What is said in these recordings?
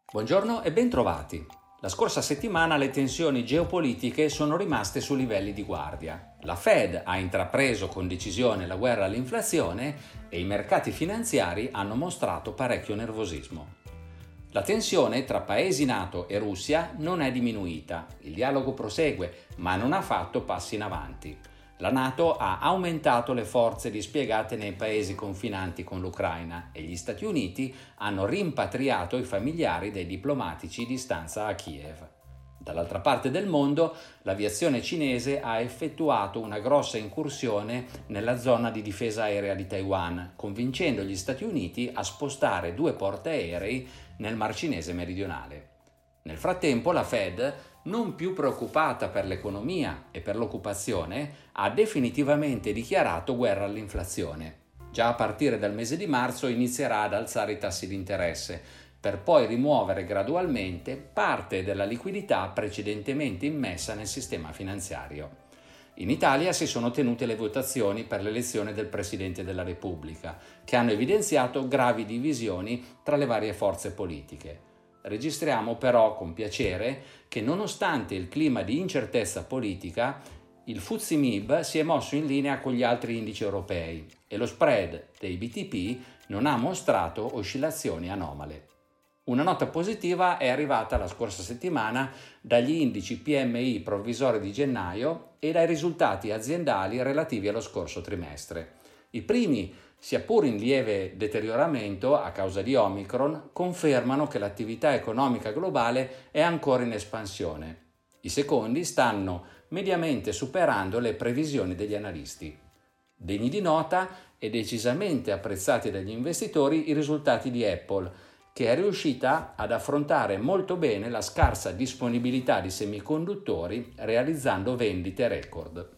Buongiorno e bentrovati. La scorsa settimana le tensioni geopolitiche sono rimaste su livelli di guardia. La Fed ha intrapreso con decisione la guerra all'inflazione e i mercati finanziari hanno mostrato parecchio nervosismo. La tensione tra paesi NATO e Russia non è diminuita, il dialogo prosegue, ma non ha fatto passi in avanti. La NATO ha aumentato le forze dispiegate nei paesi confinanti con l'Ucraina e gli Stati Uniti hanno rimpatriato i familiari dei diplomatici di stanza a Kiev. Dall'altra parte del mondo, l'aviazione cinese ha effettuato una grossa incursione nella zona di difesa aerea di Taiwan, convincendo gli Stati Uniti a spostare 2 portaerei nel Mar Cinese meridionale. Nel frattempo, la Fed, non più preoccupata per l'economia e per l'occupazione, ha definitivamente dichiarato guerra all'inflazione. Già a partire dal mese di marzo inizierà ad alzare i tassi di interesse, per poi rimuovere gradualmente parte della liquidità precedentemente immessa nel sistema finanziario. In Italia si sono tenute le votazioni per l'elezione del Presidente della Repubblica, che hanno evidenziato gravi divisioni tra le varie forze politiche. Registriamo però con piacere che nonostante il clima di incertezza politica, il FTSE MIB si è mosso in linea con gli altri indici europei e lo spread dei BTP non ha mostrato oscillazioni anomale. Una nota positiva è arrivata la scorsa settimana dagli indici PMI provvisori di gennaio e dai risultati aziendali relativi allo scorso trimestre. I primi, sia pur in lieve deterioramento a causa di Omicron, confermano che l'attività economica globale è ancora in espansione. I secondi stanno mediamente superando le previsioni degli analisti. Degni di nota e decisamente apprezzati dagli investitori i risultati di Apple, che è riuscita ad affrontare molto bene la scarsa disponibilità di semiconduttori, realizzando vendite record.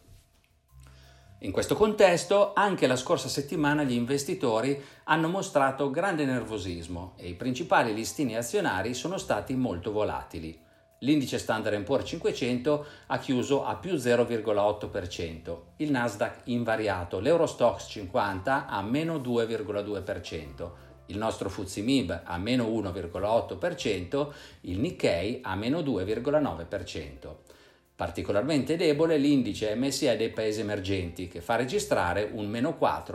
In questo contesto, anche la scorsa settimana gli investitori hanno mostrato grande nervosismo e i principali listini azionari sono stati molto volatili. L'indice Standard & Poor's 500 ha chiuso a più 0,8%, il Nasdaq invariato, l'Eurostoxx 50 a meno 2,2%, il nostro FTSE MIB a meno 1,8%, il Nikkei a meno 2,9%. Particolarmente debole l'indice MSCI dei paesi emergenti, che fa registrare un meno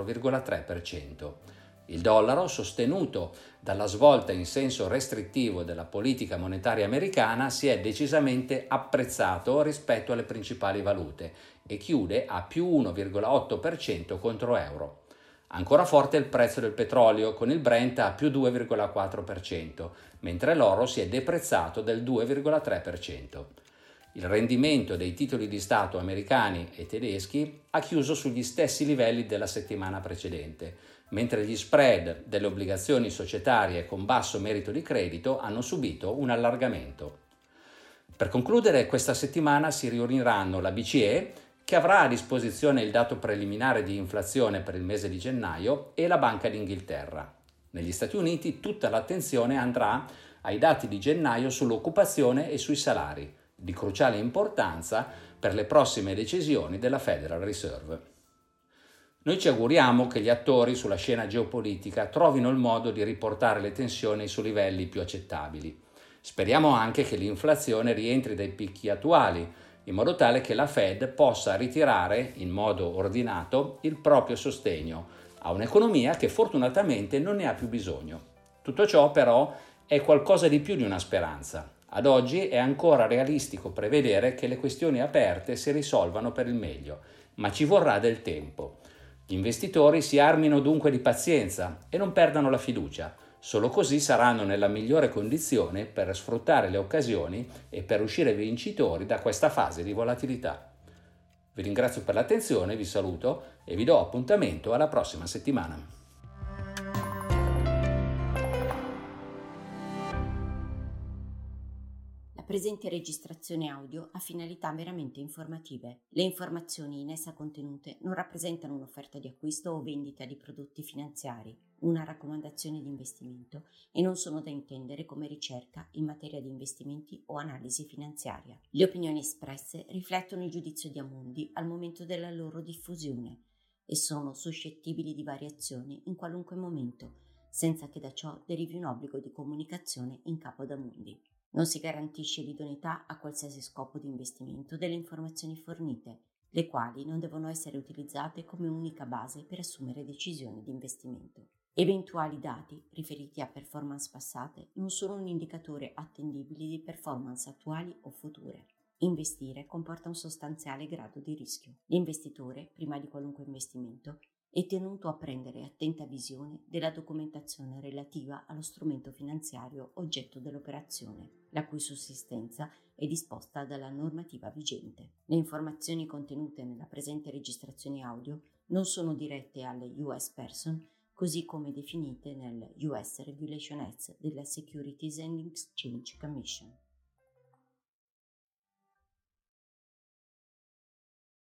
4,3%. Il dollaro, sostenuto dalla svolta in senso restrittivo della politica monetaria americana, si è decisamente apprezzato rispetto alle principali valute e chiude a più 1,8% contro euro. Ancora forte il prezzo del petrolio, con il Brent a più 2,4%, mentre l'oro si è deprezzato del 2,3%. Il rendimento dei titoli di Stato americani e tedeschi ha chiuso sugli stessi livelli della settimana precedente, mentre gli spread delle obbligazioni societarie con basso merito di credito hanno subito un allargamento. Per concludere, questa settimana si riuniranno la BCE, che avrà a disposizione il dato preliminare di inflazione per il mese di gennaio, e la Banca d'Inghilterra. Negli Stati Uniti tutta l'attenzione andrà ai dati di gennaio sull'occupazione e sui salari, di cruciale importanza per le prossime decisioni della Federal Reserve. Noi ci auguriamo che gli attori sulla scena geopolitica trovino il modo di riportare le tensioni su livelli più accettabili. Speriamo anche che l'inflazione rientri dai picchi attuali, in modo tale che la Fed possa ritirare in modo ordinato il proprio sostegno a un'economia che fortunatamente non ne ha più bisogno. Tutto ciò però è qualcosa di più di una speranza. Ad oggi è ancora realistico prevedere che le questioni aperte si risolvano per il meglio, ma ci vorrà del tempo. Gli investitori si armino dunque di pazienza e non perdano la fiducia. Solo così saranno nella migliore condizione per sfruttare le occasioni e per uscire vincitori da questa fase di volatilità. Vi ringrazio per l'attenzione, vi saluto e vi do appuntamento alla prossima settimana. La presente registrazione audio ha finalità meramente informative. Le informazioni in essa contenute non rappresentano un'offerta di acquisto o vendita di prodotti finanziari, una raccomandazione di investimento e non sono da intendere come ricerca in materia di investimenti o analisi finanziaria. Le opinioni espresse riflettono il giudizio di Amundi al momento della loro diffusione e sono suscettibili di variazioni in qualunque momento, senza che da ciò derivi un obbligo di comunicazione in capo da Amundi. Non si garantisce l'idoneità a qualsiasi scopo di investimento delle informazioni fornite, le quali non devono essere utilizzate come unica base per assumere decisioni di investimento. Eventuali dati riferiti a performance passate non sono un indicatore attendibile di performance attuali o future. Investire comporta un sostanziale grado di rischio. L'investitore, prima di qualunque investimento, è tenuto a prendere attenta visione della documentazione relativa allo strumento finanziario oggetto dell'operazione, la cui sussistenza è disposta dalla normativa vigente. Le informazioni contenute nella presente registrazione audio non sono dirette alle US Person, così come definite nel US Regulation Act della Securities and Exchange Commission.